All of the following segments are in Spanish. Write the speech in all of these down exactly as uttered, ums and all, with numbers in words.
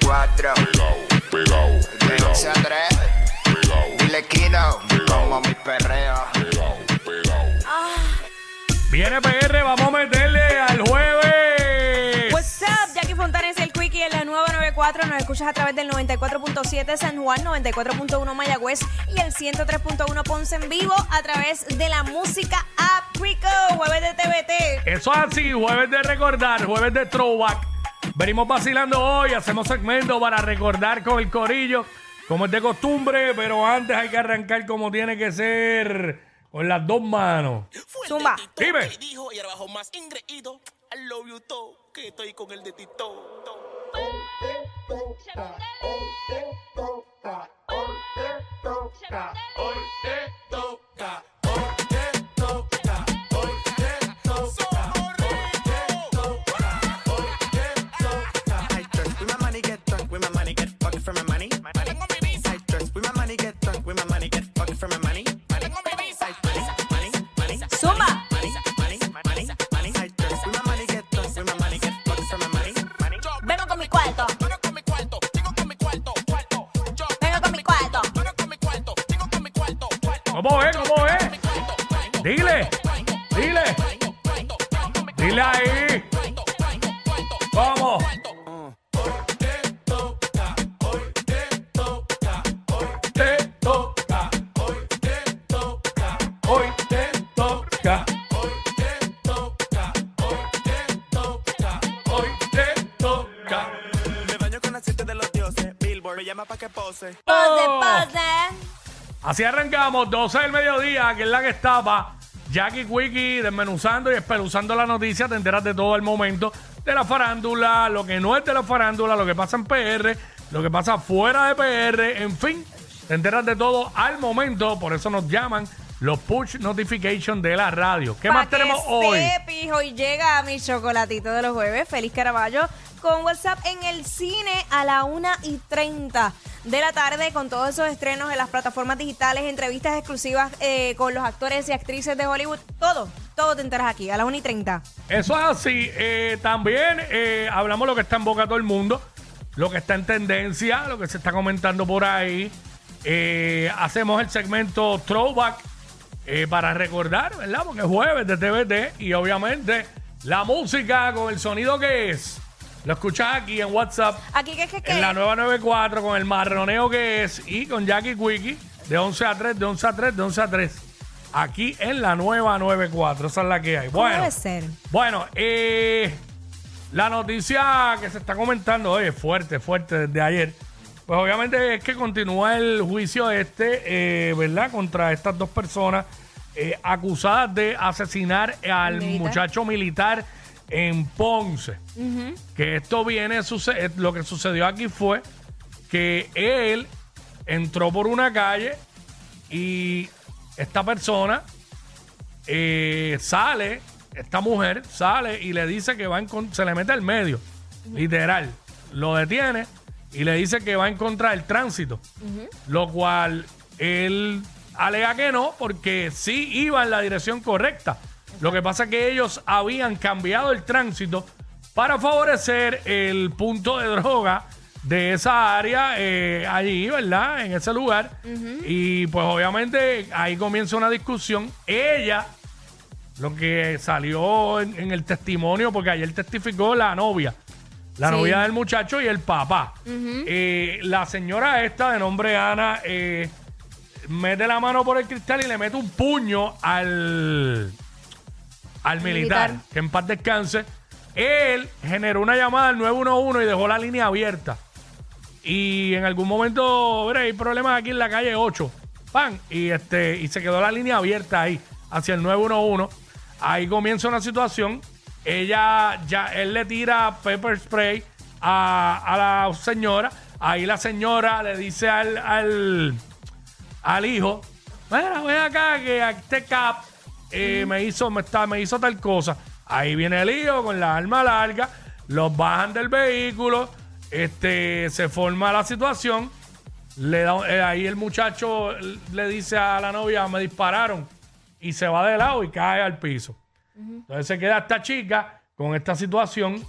cuatro. Pegao, pegao, De pegao, once a tres. pegao, Dile Kino, como mi perreo. pegao, pegao. Viene P R, vamos a meterle al jueves. What's up, Jackie Fontanes y el Quickie en la nueva noventa y cuatro. Nos escuchas a través del noventa y cuatro punto siete San Juan, noventa y cuatro punto uno Mayagüez y el ciento tres punto uno Ponce en vivo a través de la música App Rico, jueves de T V T. Eso es así, jueves de recordar, jueves de throwback. Venimos vacilando hoy, hacemos segmento para recordar con el corillo, como es de costumbre, pero antes hay que arrancar como tiene que ser, con las dos manos. Zumba. Dime. Y dijo, y abajo más ingreído. I love you todo, que estoy con el de Tito. I dress with my money, get drunk with my money, get fucked for my money. I dress with my money, get drunk with my money, get fucked for my money. Money, money, money, Zumba. money, money, money, money. I dress with my money, get drunk with my money, get fucked for my money. Money. Vengo con mi cuarto. Vengo con mi cuarto, vengo con mi cuarto, cuarto. Yo Vengo con mi cuarto. vengo con mi cuarto, vengo con mi cuarto, cuarto. ¿Cómo es? ¿Cómo es? Dile, dile, dile ahí. Vamos. Te toca, hoy te toca, hoy te toca, hoy te toca. Me baño con aceite de los dioses. Billboard me llama pa' que pose. Pose, Oh. pose. Así arrancamos, doce del mediodía, que es la que estaba. Jackie Quickie desmenuzando y espeluzando la noticia. Te enteras de todo el momento de la farándula, lo que no es de la farándula, lo que pasa en P R, lo que pasa fuera de P R, en fin. Te enteras de todo al momento, por eso nos llaman los push notifications de la radio. ¿Qué Pa' más que tenemos hoy? sepis, hoy llega mi chocolatito de los jueves, Feliz Caraballo, con WhatsApp en el cine a la una y treinta de la tarde, con todos esos estrenos en las plataformas digitales, entrevistas exclusivas eh, con los actores y actrices de Hollywood, todo, todo te enteras aquí, a la una y treinta. Eso es así. Eh, también eh, hablamos lo que está en boca de todo el mundo, lo que está en tendencia, lo que se está comentando por ahí. Eh, hacemos el segmento Throwback eh, para recordar, ¿verdad? Porque es jueves de T V T y obviamente la música con el sonido que es. Lo escuchas aquí en WhatsApp, Aquí que es que, que en la nueva noventa y cuatro, con el marroneo que es y con Jackie Quickie de once a tres, de once a tres, de once a tres. Aquí en la nueva noventa y cuatro, esa es la que hay. ¿cómo Bueno, debe ser? bueno, eh, la noticia que se está comentando hoy es fuerte, fuerte desde ayer. Pues obviamente es que continúa el juicio este, eh, ¿verdad? Contra estas dos personas eh, acusadas de asesinar al Militar. muchacho militar en Ponce. Que esto viene, suce- lo que sucedió aquí fue que él entró por una calle y esta persona eh, sale, esta mujer sale y le dice que va en con- se le mete al medio, literal, lo detiene y le dice que va en contra del tránsito, lo cual él alega que no, porque sí iba en la dirección correcta. Lo que pasa es que ellos habían cambiado el tránsito para favorecer el punto de droga de esa área eh, allí, ¿verdad? En ese lugar. Y pues obviamente ahí comienza una discusión. Ella, lo que salió en, en el testimonio, porque ayer testificó la novia, la Sí. novia del muchacho y el papá. Eh, la señora esta, de nombre Ana, eh, mete la mano por el cristal y le mete un puño al, al militar, Militar. que en paz descanse. Él generó una llamada al nueve uno uno y dejó la línea abierta. Y en algún momento, mira, hay problemas aquí en la calle ocho. Pan, y este, y se quedó la línea abierta ahí, hacia el nueve uno uno. Ahí comienza una situación. Ella, ya, él le tira pepper spray a, a la señora. Ahí la señora le dice al, al, al hijo: mira, ven acá que este cap eh, me hizo, me está, me hizo tal cosa. Ahí viene el hijo con la arma larga, los bajan del vehículo, este, se forma la situación. Le da, eh, ahí el muchacho le dice a la novia: me dispararon, y se va de lado y cae al piso. Entonces se queda esta chica con esta situación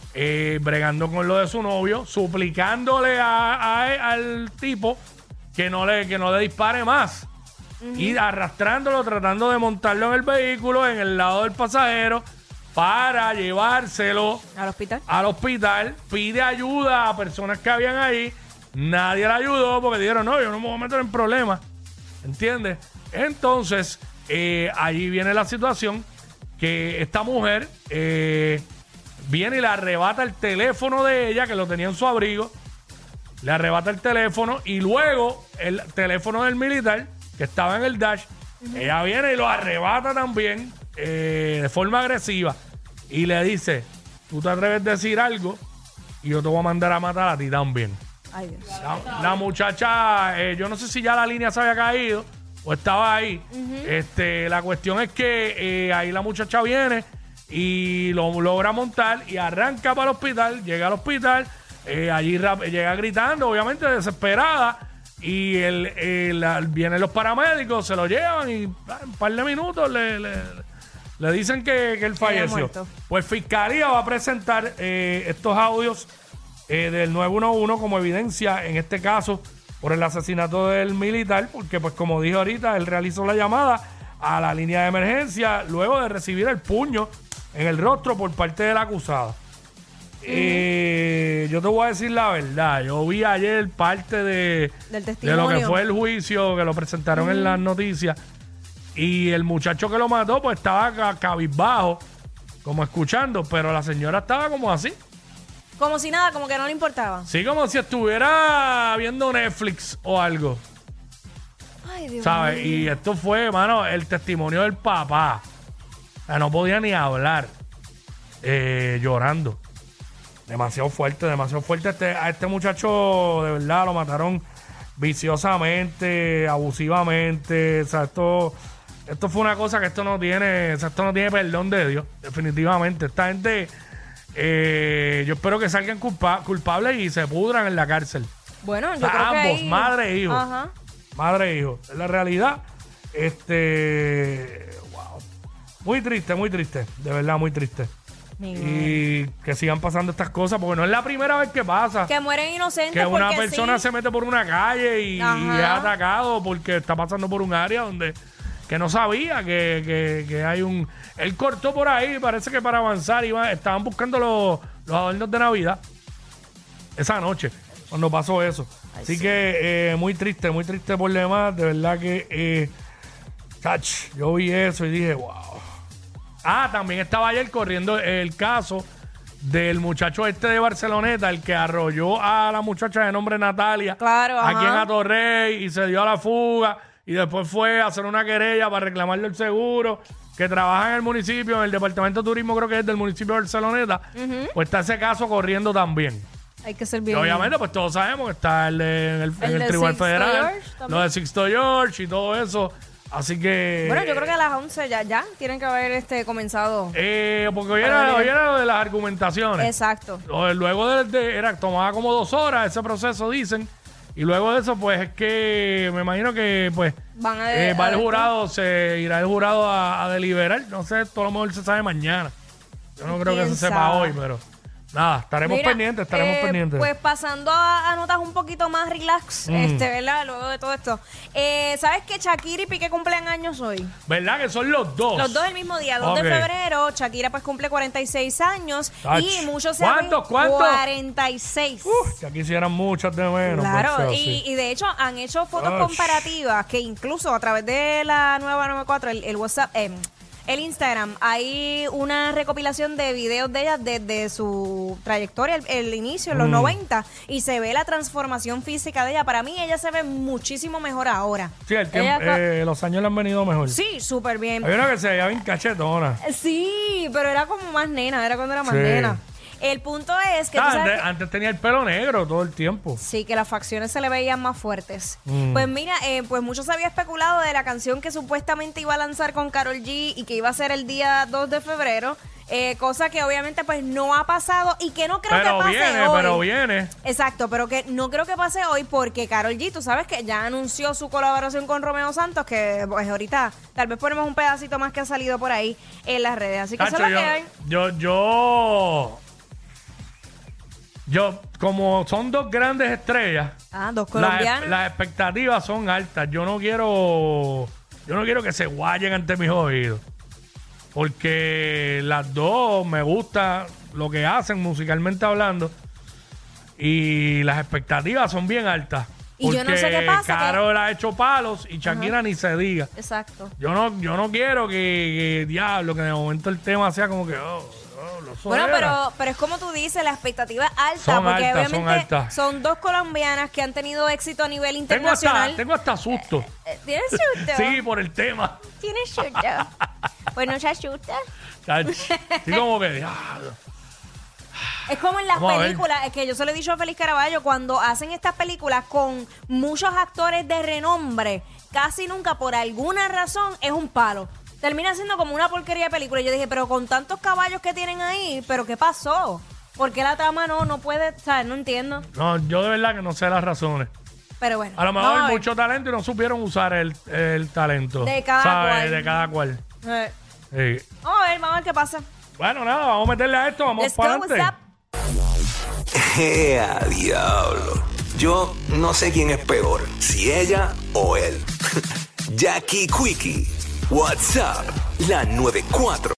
eh, bregando con lo de su novio, suplicándole a, a- al tipo que no le, que no le dispare más. Y arrastrándolo, tratando de montarlo en el vehículo, en el lado del pasajero, para llevárselo Al hospital. al hospital. Pide ayuda a personas que habían ahí. Nadie le ayudó porque dijeron, no, yo no me voy a meter en problemas. ¿Entiendes? Entonces, eh, allí viene la situación que esta mujer eh, viene y le arrebata el teléfono de ella, que lo tenía en su abrigo. Le arrebata el teléfono y luego el teléfono del militar, que estaba en el dash, ella viene y lo arrebata también eh, de forma agresiva y le dice, tú te atreves a decir algo y yo te voy a mandar a matar a ti también. Ay, Dios. La, la muchacha, eh, yo no sé si ya la línea se había caído o estaba ahí. este, la cuestión es que eh, ahí la muchacha viene y lo logra montar y arranca para el hospital, llega al hospital, eh, allí rap- llega gritando, obviamente desesperada. Y el, el- la- vienen los paramédicos, se lo llevan y ah, en un par de minutos le, le, le dicen que, que él falleció. muerto. Pues Fiscalía va a presentar eh, estos audios eh, del nueve uno uno como evidencia, en este caso, por el asesinato del militar, porque pues como dije ahorita, él realizó la llamada a la línea de emergencia luego de recibir el puño en el rostro por parte de la acusada. Eh, yo te voy a decir la verdad. Yo vi ayer parte de, Del de testimonio. lo que fue el juicio, que lo presentaron en las noticias. Y el muchacho que lo mató, pues estaba ca- cabizbajo, como escuchando, pero la señora estaba como así. Como si nada, como que no le importaba. Sí, como si estuviera viendo Netflix o algo, Ay, Dios ¿sabes? mío. Y esto fue, mano, el testimonio del papá. O sea, no podía ni hablar, eh, llorando. Demasiado fuerte, demasiado fuerte. Este, a este muchacho, de verdad, lo mataron viciosamente, abusivamente. O sea, esto, esto fue una cosa que esto no tiene, o sea, esto no tiene perdón de Dios, definitivamente. Esta gente, eh, yo espero que salgan culpa- culpables y se pudran en la cárcel. Bueno, O yo sea, creo que ambos, ahí- madre e hijo. Ajá. Madre e hijo. Es la realidad. Este, wow. Muy triste, muy triste. De verdad, muy triste. Mi madre. Y que sigan pasando estas cosas, porque no es la primera vez que pasa. Que mueren inocentes Que una porque persona sí. se mete por una calle y, Ajá. y es atacado porque está pasando por un área donde que no sabía que, que- que hay un... Él cortó por ahí, parece que para avanzar iba, estaban buscando los, los adornos de Navidad esa noche, cuando pasó eso. Ay, Así sí. que eh, muy triste, muy triste por demás. De verdad que... Eh, chach, yo vi eso y dije, wow. Ah, también estaba ayer corriendo el caso del muchacho este de Barceloneta, el que arrolló a la muchacha de nombre Natalia. Claro, Aquí en ajá. Atorrey y se dio a la fuga y después fue a hacer una querella para reclamarle el seguro, que trabaja en el municipio, en el departamento de turismo, creo que es del municipio de Barceloneta. Pues está ese caso corriendo también. Hay que ser Y bien. obviamente, pues todos sabemos que está el de- en el, en El el de Tribunal Sixto Federal, George también. lo de Sixto George y todo eso. Así que... Bueno, yo creo que a las once ya, ya tienen que haber este comenzado. Eh, porque hoy Para era, venir. hoy era lo de las argumentaciones. Exacto. Lo- Luego de, de- era, tomaba como dos horas ese proceso, dicen. Y luego de eso, pues es que me imagino que pues Van a de- eh, va a el de- jurado, se irá el jurado a, a deliberar. No sé, todo lo mejor se sabe mañana. Yo no creo que ¿Quién se sepa sabe? hoy, pero nada, estaremos Mira, pendientes, estaremos eh, pendientes. Pues pasando a, a notas un poquito más relax, Mm. este, ¿verdad? Luego de todo esto. Eh, ¿Sabes que Shakira y Piqué cumplen años hoy? ¿Verdad que son los dos? Los dos el mismo día, dos Ok. de febrero. Shakira pues cumple cuarenta y seis años. Ach. Y muchos se ¿Cuántos, cuántos? cuarenta y seis. Que aquí hicieran muchas de menos. Claro, por feo, y, sí. y de hecho han hecho fotos Ach. comparativas que incluso a través de la nueva noventa y cuatro, el, el WhatsApp, eh, el Instagram, hay una recopilación de videos de ella desde su trayectoria, el, el inicio, en los Mm. noventa, y se ve la transformación física de ella. Para mí ella se ve muchísimo mejor ahora. Sí, el tiempo, Ella ca- eh, los años le han venido mejor. Sí, súper bien. Hay una que se veía bien cachetona. Sí, pero era como más nena, era cuando era más Sí. nena. El punto es que tú Ah, sabes antes, que- antes tenía el pelo negro todo el tiempo. sí, que las facciones se le veían más fuertes. Mm. Pues mira, eh, pues mucho se había especulado de la canción que supuestamente iba a lanzar con Karol G y que iba a ser el día dos de febrero, eh, cosa que obviamente pues no ha pasado y que no creo Pero que pase viene, hoy. pero viene. Exacto, pero que no creo que pase hoy porque Karol G, tú sabes que ya anunció su colaboración con Romeo Santos, que pues ahorita tal vez ponemos un pedacito más que ha salido por ahí en las redes. Así que eso Cacho, es lo yo, que hay. yo, yo, yo, como son dos grandes estrellas, Ah, dos las, colombianas. las expectativas son altas. Yo no quiero, yo no quiero que se guayen ante mis oídos. Porque las dos me gusta lo que hacen musicalmente hablando. Y las expectativas son bien altas. Y yo no sé qué pasa, que- Karol ha hecho palos y Shakira ni se diga. Exacto. Yo no, yo no quiero que, que, diablo, que de momento el tema sea como que, oh, oh, lo Bueno, era. pero, pero es como tú dices, la expectativa es alta, Son porque altas, son obviamente altas. son dos colombianas que han tenido éxito a nivel tengo hasta, internacional. tengo hasta susto. Eh, ¿Tienes susto? Sí, por el tema. ¿Tienes susto? Pues no se asusta. Chach, sí, como que, diablo. Es como en las Vamos a ver. películas, es que yo se lo he dicho a Félix Caraballo, cuando hacen estas películas con muchos actores de renombre, casi nunca por alguna razón es un palo. Termina siendo como una porquería de película. Y yo dije, pero con tantos caballos que tienen ahí, ¿pero qué pasó? ¿Por qué la trama no, no puede? ¿Sabes? No entiendo. No, yo de verdad que no sé las razones. Pero bueno. A lo vamos mejor a ver. mucho talento y no supieron usar el, el talento. De cada ¿sabes? cual. De cada cual. Eh, Sí. Vamos a ver, vamos a ver qué pasa. Bueno, nada, vamos a meterle a esto, vamos Let's go, para what's adelante. up? ¡Ea, diablo! Yo no sé quién es peor, si ella o él. Jackie Quickie, WhatsApp, la noventa y cuatro.